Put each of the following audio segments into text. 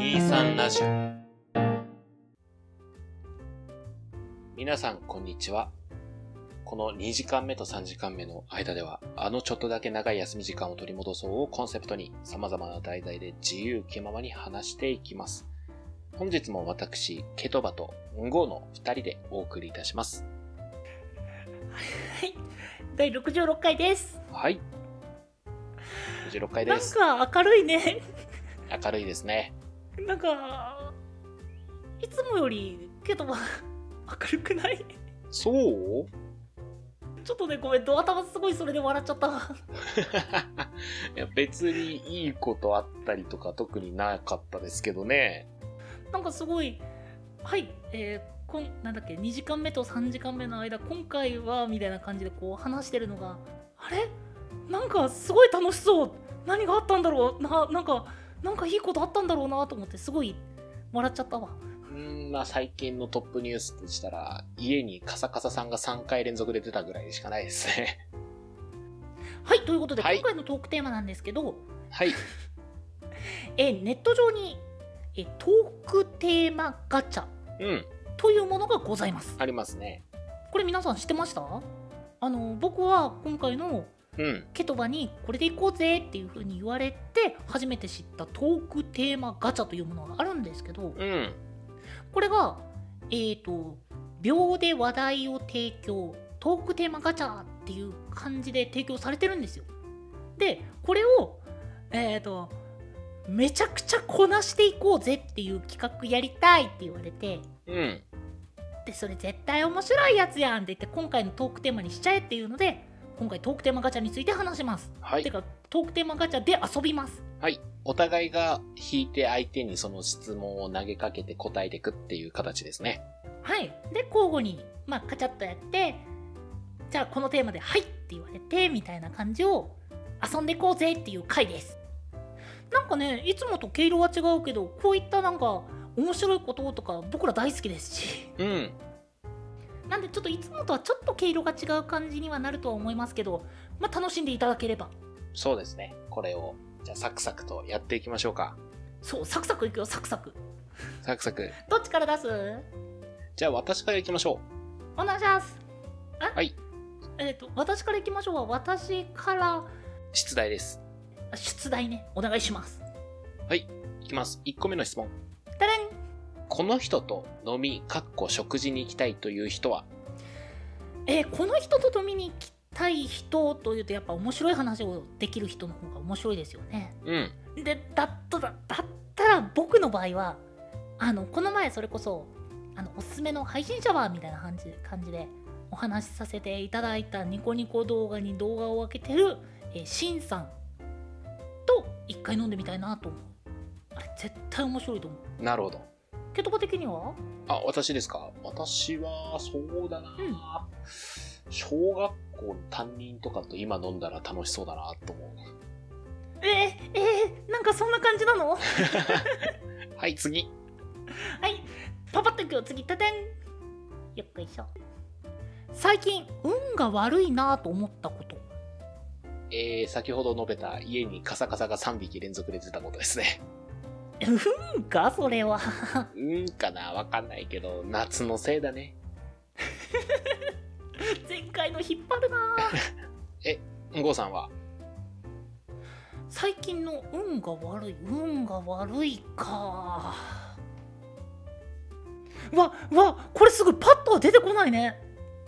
23ラジオ。皆さんこんにちは。この2時間目と3時間目の間では、ちょっとだけ長い休み時間を取り戻そうをコンセプトに様々な題材で自由気ままに話していきます。本日も私、ケトバとンゴーの2人でお送りいたします。 はい、第66回です。 はい。66回です。 なんか明るいね。 明るいですね。 なんか、いつもよりケトバ明るくない？ そう？ ちょっとね、ごめん、ドア玉すごいそれで笑っちゃったわ。 いや別にいいことあったりとか特になかったですけどね。 なんかすごい、はい、なんだっけ、2時間目と3時間目の間、今回はみたいな感じでこう話してるのが、あれ？なんかすごい楽しそう。何があったんだろうなんかいいことあったんだろうなと思ってすごい笑っちゃったわ。 まあ最近のトップニュースとしたら、家にカサカサさんが3回連続で出たぐらいしかないですね。 はい、ということで、 はい、 今回のトークテーマなんですけど、 はい。 ネット上にトークテーマガチャというものがございます。 ありますね。 これ皆さん知ってました？僕は今回のケトバにこれでいこうぜっていう風に言われて初めて知ったトークテーマガチャというものがあるんですけど、これが秒で話題を提供トークテーマガチャっていう感じで提供されてるんですよ。でこれをめちゃくちゃこなしていこうぜっていう企画やりたいって言われて、でそれ絶対面白いやつやんって言って今回のトークテーマにしちゃえっていうので、今回トークテーマガチャについて話します。 はい。 てかトークテーマガチャで遊びます。 はい。お互いが引いて相手にその質問を投げかけて答えていくっていう形ですね。 はい。で交互にカチャッとやって、じゃあこのテーマではいって言われてみたいな感じを遊んでいこうぜっていう回です。なんかね、いつもと毛色は違うけど、こういったなんか面白いこととか僕ら大好きですし、なんでちょっといつもとはちょっと毛色が違う感じにはなるとは思いますけど、楽しんでいただければ。 そうですね。これをじゃあサクサクとやっていきましょうか。 そう、サクサクいくよ、サクサク。 サクサク。 どっちから出す？ じゃあ私からいきましょう。お願いします。 はい。 私からいきましょうは、私から出題です。 出題ね、お願いします。 はい、いきます。1個目の質問。 たれん。 この人と飲み食事に行きたいという人は？ この人と飲みに行きたい人というとやっぱ面白い話をできる人の方が面白いですよね。でだったら僕の場合はこの前それこそおすすめの配信者はみたいな感じでお話しさせていただいたニコニコ動画に動画を分けてるシンさんと一回飲んでみたいなと思う。あれ絶対面白いと思う。 なるほど。 ケトバ的には？ 私ですか？私はそうだな、小学校の担任とかと今飲んだら楽しそうだなと思う。 なんかそんな感じなの？ はい、次。 はい、パパッといくよ。次、たてん。よっこいしょ。最近運が悪いなと思ったこと。 先ほど述べた家にカサカサが3匹連続で出たことですね。 運かそれは。 運かな、わかんないけど夏のせいだね。 前回の引っ張るな。 ゴーさんは？ 最近の運が悪いか。これすぐパッとは出てこないね。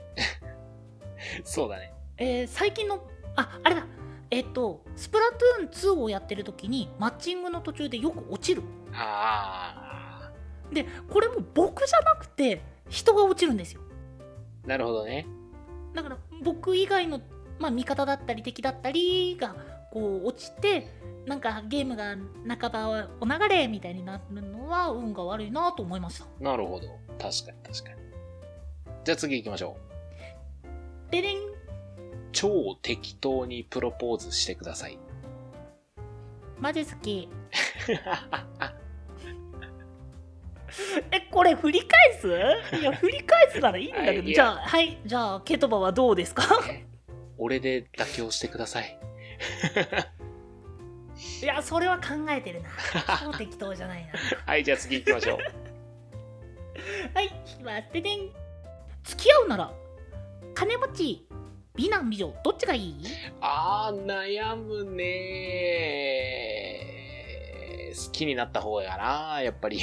そうだね。 最近のあれだ。スプラトゥーン2をやってる時にマッチングの途中でよく落ちる。でこれも僕じゃなくて人が落ちるんですよ。なるほどね。 だから僕以外の、味方だったり敵だったりがこう落ちて、なんかゲームが半ばお流れみたいになるのは運が悪いなと思いました。 なるほど。確かに。じゃあ次行きましょう。ででん。 超適当にプロポーズしてください。 マジ好き。これ振り返す？いや振り返すならいいんだけど、じゃあケトバはどうですか？ 俺で妥協してください。 いや、それは考えてるな。超適当じゃないな。 はい、じゃあ次行きましょう。 はい、待ってねん。付き合うなら金持ち、美男美女、どっちがいい？ 悩むね。好きになった方やな、やっぱり。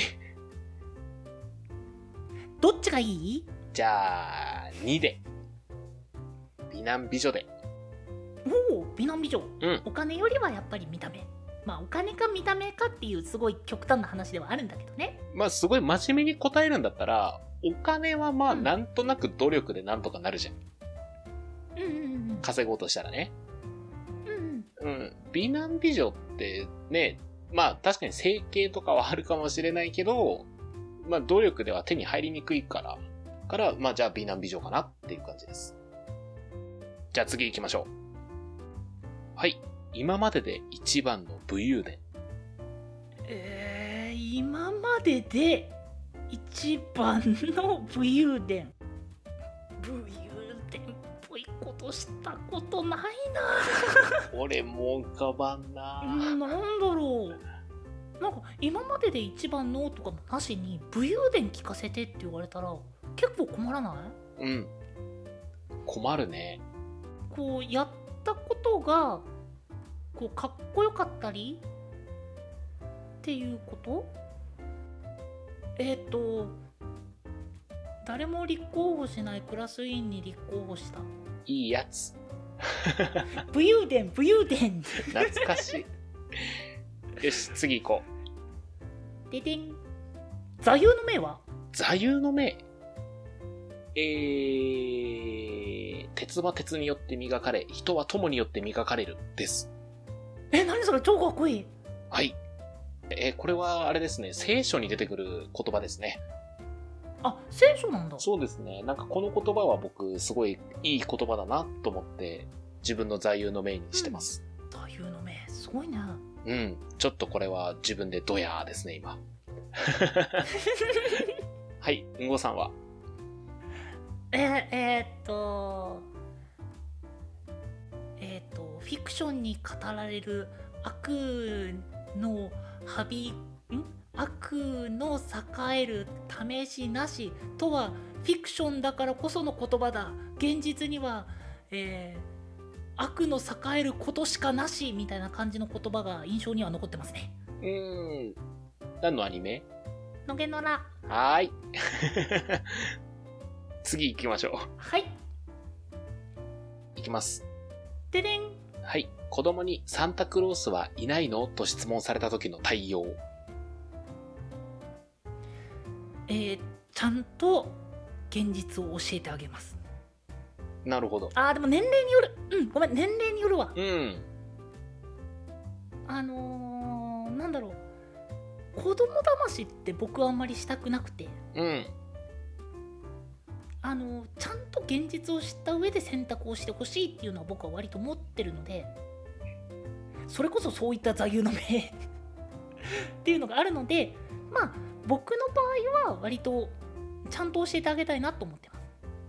どっちがいい？ じゃあ2で。美男美女で。 おお、美男美女、お金よりはやっぱり見た目。まあお金か見た目かっていうすごい極端な話ではあるんだけどね。 まあすごい真面目に答えるんだったら、お金はまあなんとなく努力でなんとかなるじゃん。稼ごうとしたらね。美男美女ってね、まあ確かに整形とかはあるかもしれないけど、まあ努力では手に入りにくいから、まあじゃあ美男美女かなっていう感じです。じゃあ次行きましょう。はい。今までで一番の武勇伝。 今までで一番の武勇伝。武勇伝っぽいことしたことないな。 俺も浮かばんな。 なんだろう。なんか今までで一番のとかもなしに武勇伝聞かせてって言われたら結構困らない？ 困るね。 こうやったことがこうかっこよかったりっていうこと？誰も立候補しないクラス委員に立候補した。 いいやつ。 武勇伝、武勇伝。 懐かしい。よし、次行こう。ででん。座右の銘は？ 座右の銘。鉄は鉄によって磨かれ、人は友によって磨かれるです。 何それ、超かっこいい。 はい。これはあれですね、聖書に出てくる言葉ですね。 あ、聖書なんだ。 そうですね。なんかこの言葉は僕すごいいい言葉だなと思って自分の座右の銘にしてます。 座右の銘、すごいね。 ちょっとこれは自分でドヤーですね、今。はい、んごさんは？ フィクションに語られる悪の栄える試しなしとはフィクションだからこその言葉だ。現実には、悪の栄えることしかなしみたいな感じの言葉が印象には残ってますね。 何のアニメ？ のげのら。 はーい。次行きましょう。 はい。 行きます。 ででん。 はい。子供にサンタクロースはいないの？と質問された時の対応。 ちゃんと現実を教えてあげます。 なるほど。 でも年齢による。ごめん、年齢によるわ。なんだろう。子供騙しって僕はあんまりしたくなくて。ちゃんと現実を知った上で選択をしてほしいっていうのは僕は割と持ってるので、それこそそういった座右の銘っていうのがあるので、まあ僕の場合は割とちゃんと教えてあげたいなと思ってます。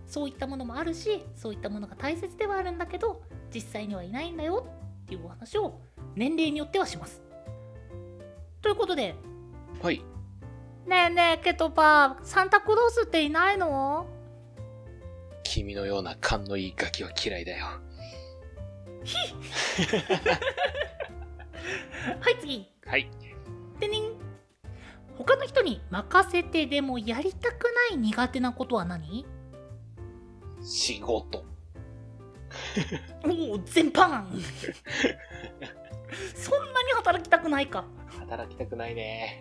そういったものもあるし、そういったものが大切ではあるんだけど実際にはいないんだよっていうお話を年齢によってはします。ということで、 はい。 ねえねえケトパ、サンタクロースっていないの？ 君のような勘のいいガキは嫌いだよ。 はい次。 はい。 でねん。他の人に任せてでもやりたくない苦手なことは何？ 仕事。 おお、全般。そんなに働きたくないか。 働きたくないね。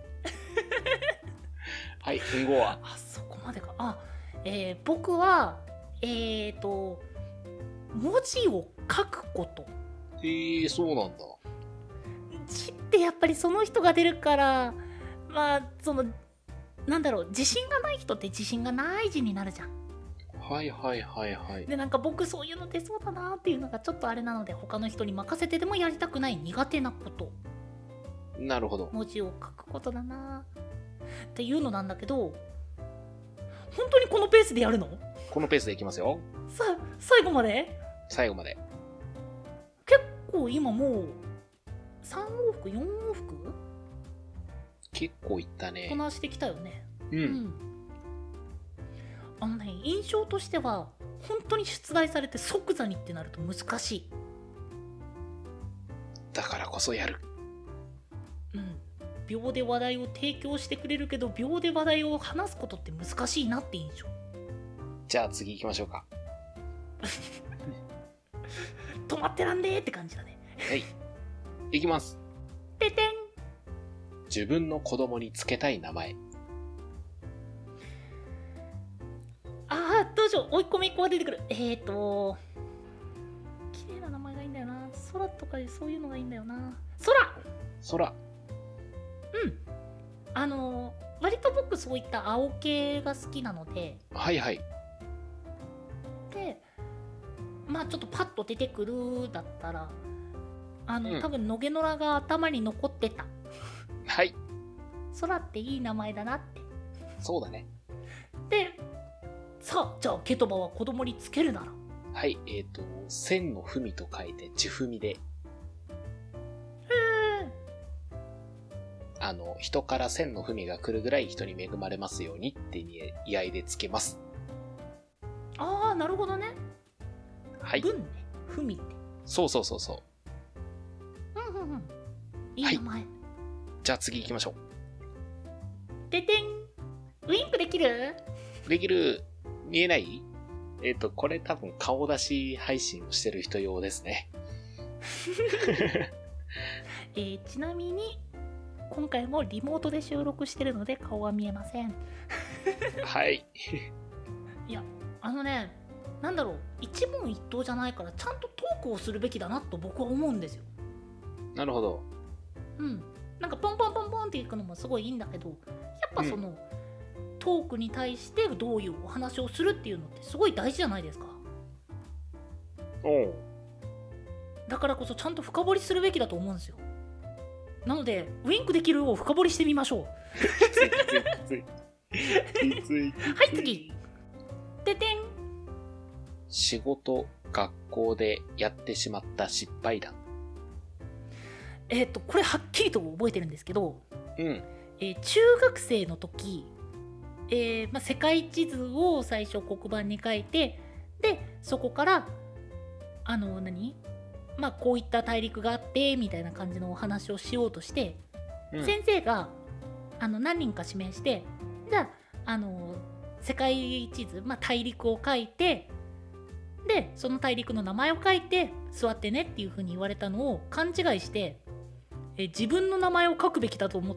はい、んごは？ そこまでか。僕は文字を書くこと。 そうなんだ。 字ってやっぱりその人が出るから、まあなんだろう、自信がない人って自信がない字になるじゃん。 はいはいはいはい。 でなんか僕そういうの出そうだなっていうのがちょっとあれなので、他の人に任せてでもやりたくない苦手なこと。 なるほど。 文字を書くことだなっていうのなんだけど、本当にこのペースでやるの？ このペースでいきますよ。 最後まで？ 最後まで。 結構今もう 3往復4往復結構いったね。 こなしてきたよね。 うん、 印象としては本当に出題されて即座にってなると難しい。 だからこそやる。 秒で話題を提供してくれるけど、秒で話題を話すことって難しいなって印象。 じゃあ次行きましょうか。 止まってらんねーって感じだね。 はい、行きます。 ててん。 自分の子供につけたい名前。 どうしよう、追い込みっ子が出てくる。綺麗な名前がいいんだよな。空とかそういうのがいいんだよな。 空。 割と僕そういった青系が好きなので。 はいはい。 で、まあちょっとパッと出てくるだったら、多分野毛野良が頭に残ってた。 はい。 空っていい名前だなって。 そうだね。 で、さあ、じゃあケトバは子供につけるなら。 はい、千の文と書いて地文で。人から千の文が来るぐらい人に恵まれますようにって居合でつけます。 ああ、なるほどね。 はい。 文ね、文って。 そう。 いい名前。 はい、じゃあ次行きましょう。 ててん。ウインクできる？ できる。見えない？これ多分顔出し配信をしてる人用ですね。 ちなみに今回もリモートで収録してるので顔は見えません。 はい。 いや、なんだろう、一問一答じゃないからちゃんとトークをするべきだなと僕は思うんですよ。 なるほど。 なんかポンポンポンポンっていくのもすごいいいんだけど、やっぱその、トークに対してどういうお話をするっていうのってすごい大事じゃないですか。だからこそちゃんと深掘りするべきだと思うんですよ。なのでウインクできるを深掘りしてみましょう。はい次。ててん。 仕事学校でやってしまった失敗談。 これはっきりと覚えてるんですけど、中学生の時、世界地図を最初黒板に書いて、でそこからこういった大陸があってみたいな感じのお話をしようとして、先生が何人か指名して、じゃあ世界地図、大陸を書いて、でその大陸の名前を書いて座ってねっていう風に言われたのを勘違いして、自分の名前を書くべきだと思って、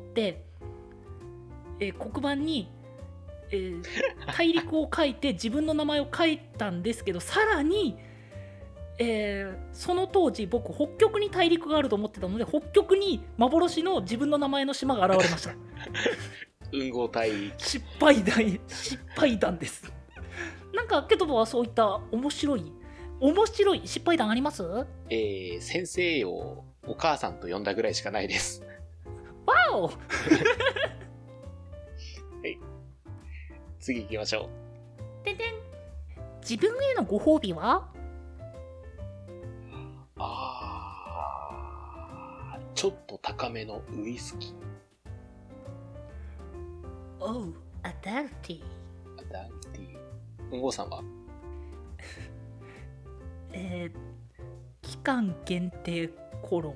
黒板に大陸を書いて自分の名前を書いたんですけど、さらに、その当時僕北極に大陸があると思ってたので、北極に幻の自分の名前の島が現れました。 運合大陸。 失敗談です。なんかケトバはそういった面白い失敗談あります？ 先生をお母さんと呼んだぐらいしかないです。 わお。 はい、次行きましょう。てんてん。自分へのご褒美は？ ちょっと高めのウイスキー。 おう、アダルティ。 運合さんは？ 期間限定コロン。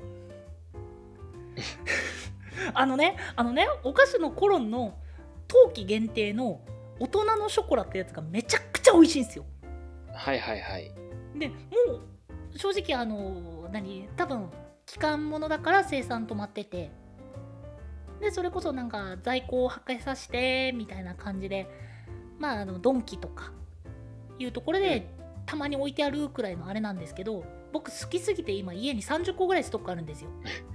お菓子のコロンの冬季限定の大人のショコラってやつがめちゃくちゃ美味しいんですよ。 はい。 でもう正直多分期間ものだから生産止まってて、でそれこそなんか在庫をはけさせてみたいな感じで、ドンキとかいうところでたまに置いてあるくらいのあれなんですけど、僕好きすぎて今家に30個ぐらいストックあるんですよ。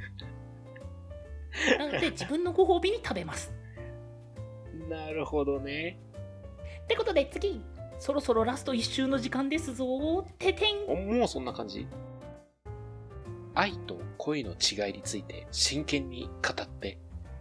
なので自分のご褒美に食べます。 なるほどね。 ってことで次、そろそろラスト1周の時間ですぞ。ててん。 もうそんな感じ？愛と恋の違いについて真剣に語って。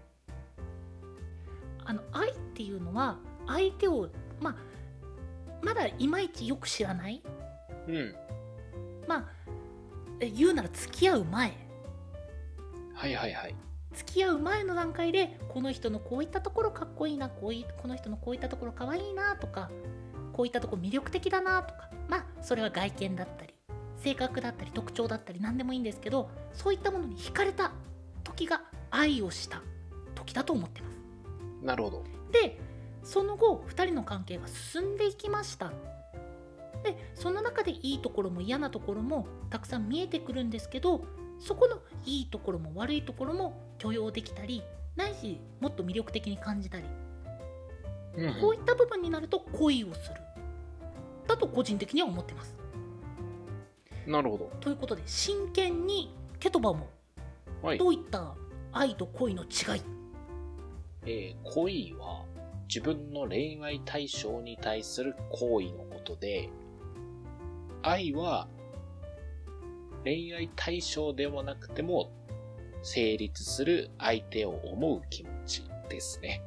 愛っていうのは相手をまだいまいちよく知らない、言うなら付き合う前はいはいはい。 付き合う前の段階でこの人のこういったところかっこいいな、この人のこういったところかわいいなとか、こういったところ魅力的だなとか、まあそれは外見だったり性格だったり特徴だったり何でもいいんですけど、そういったものに惹かれた時が愛をした時だと思ってます。 なるほど。 でその後2人の関係が進んでいきました。でその中でいいところも嫌なところもたくさん見えてくるんですけど、そこのいいところも悪いところも許容できたり、ないしもっと魅力的に感じたり、こういった部分になると恋をするだと個人的には思ってます。 なるほど。 ということで真剣にケトバもどういった愛と恋の違い？ 恋は自分の恋愛対象に対する行為のことで、愛は恋愛対象ではなくても成立する相手を思う気持ちですね。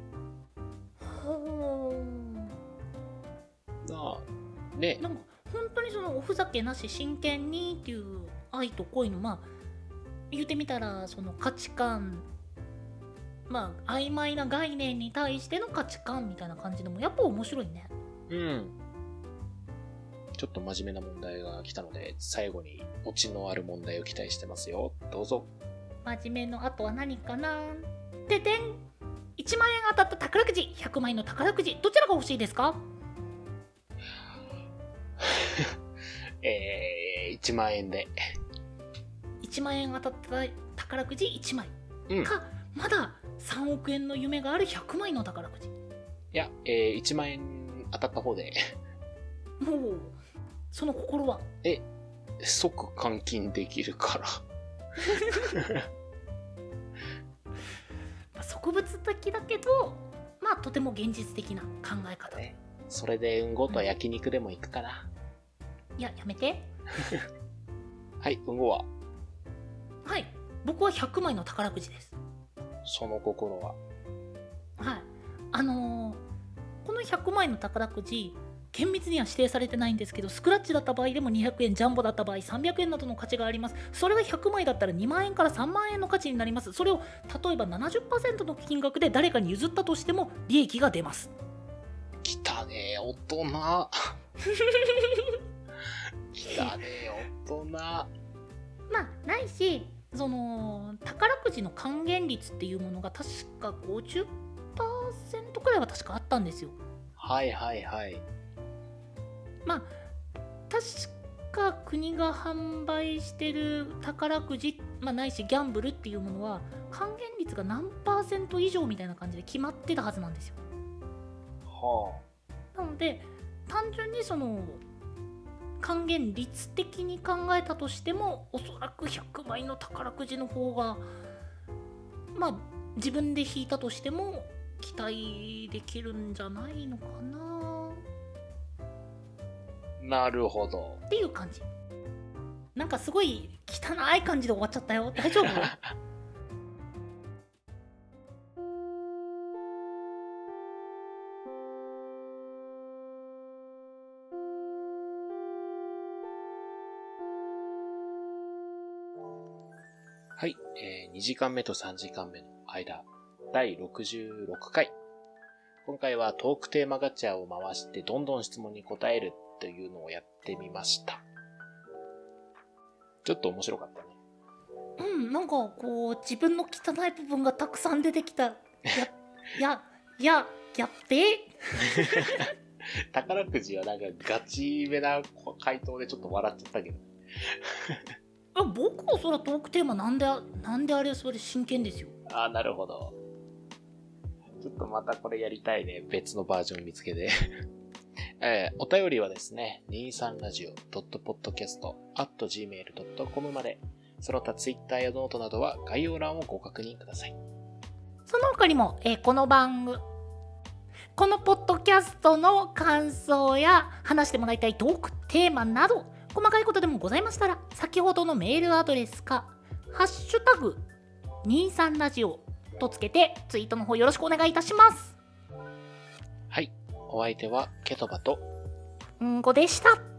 ね、 なんか本当にそのおふざけなし真剣にっていう愛と恋の、まあ言ってみたらその価値観、まあ曖昧な概念に対しての価値観みたいな感じでもやっぱ面白いね。 ちょっと真面目な問題が来たので、最後にオチのある問題を期待してますよ。どうぞ。 真面目の後は何かな？ててん、1万円当たった宝くじ、100万円の宝くじ、どちらが欲しいですか ？1万円で。 1万円当たった宝くじ1枚、か、まだ3億円の夢がある100枚の宝くじ。いや、1万円当たった方で。 もうその心は？ 即換金できるから植物的だけど、まあとても現実的な考え方。 それでうんごと焼肉でも行くかな。 いや、やめてはい、うんごは？ はい、僕は100枚の宝くじです。 その心は？ はい、この100枚の宝くじ厳密には指定されてないんですけど、スクラッチだった場合でも200円、ジャンボだった場合300円などの価値があります。それが100枚だったら2万円から3万円の価値になります。それを例えば 70% の金額で誰かに譲ったとしても利益が出ます。 きたねえ大人きたねえ大人。 まあないし、その宝くじの還元率っていうものが確か 50% くらいは確かあったんですよ。 はいはいはい。 まあ確か国が販売してる宝くじ、ないしギャンブルっていうものは還元率が何%以上みたいな感じで決まってたはずなんですよ。なので単純にその還元率的に考えたとしても、おそらく100倍の宝くじの方が自分で引いたとしても期待できるんじゃないのかな。 なるほどっていう感じ。なんかすごい汚い感じで終わっちゃったよ。大丈夫？ はい、2時間目と3時間目の間、第66回。今回はトークテーマガチャを回してどんどん質問に答えるというのをやってみました。ちょっと面白かったね。 なんかこう自分の汚い部分がたくさん出てきた。やっべ宝くじはなんかガチめな回答でちょっと笑っちゃったけど。 僕はそらトークテーマなんであれそれ真剣ですよ。 なるほど。ちょっとまたこれやりたいね。別のバージョン見つけて。お便りはですね、23radio.podcast@gmail.com まで、その他 Twitter やノートなどは概要欄をご確認ください。 その他にも、このポッドキャストの感想や話してもらいたいトークテーマなど、細かいことでもございましたら、先ほどのメールアドレスか、ハッシュタグ23ラジオとつけてツイートの方よろしくお願いいたします。 はい、お相手はケトバとうんこでした。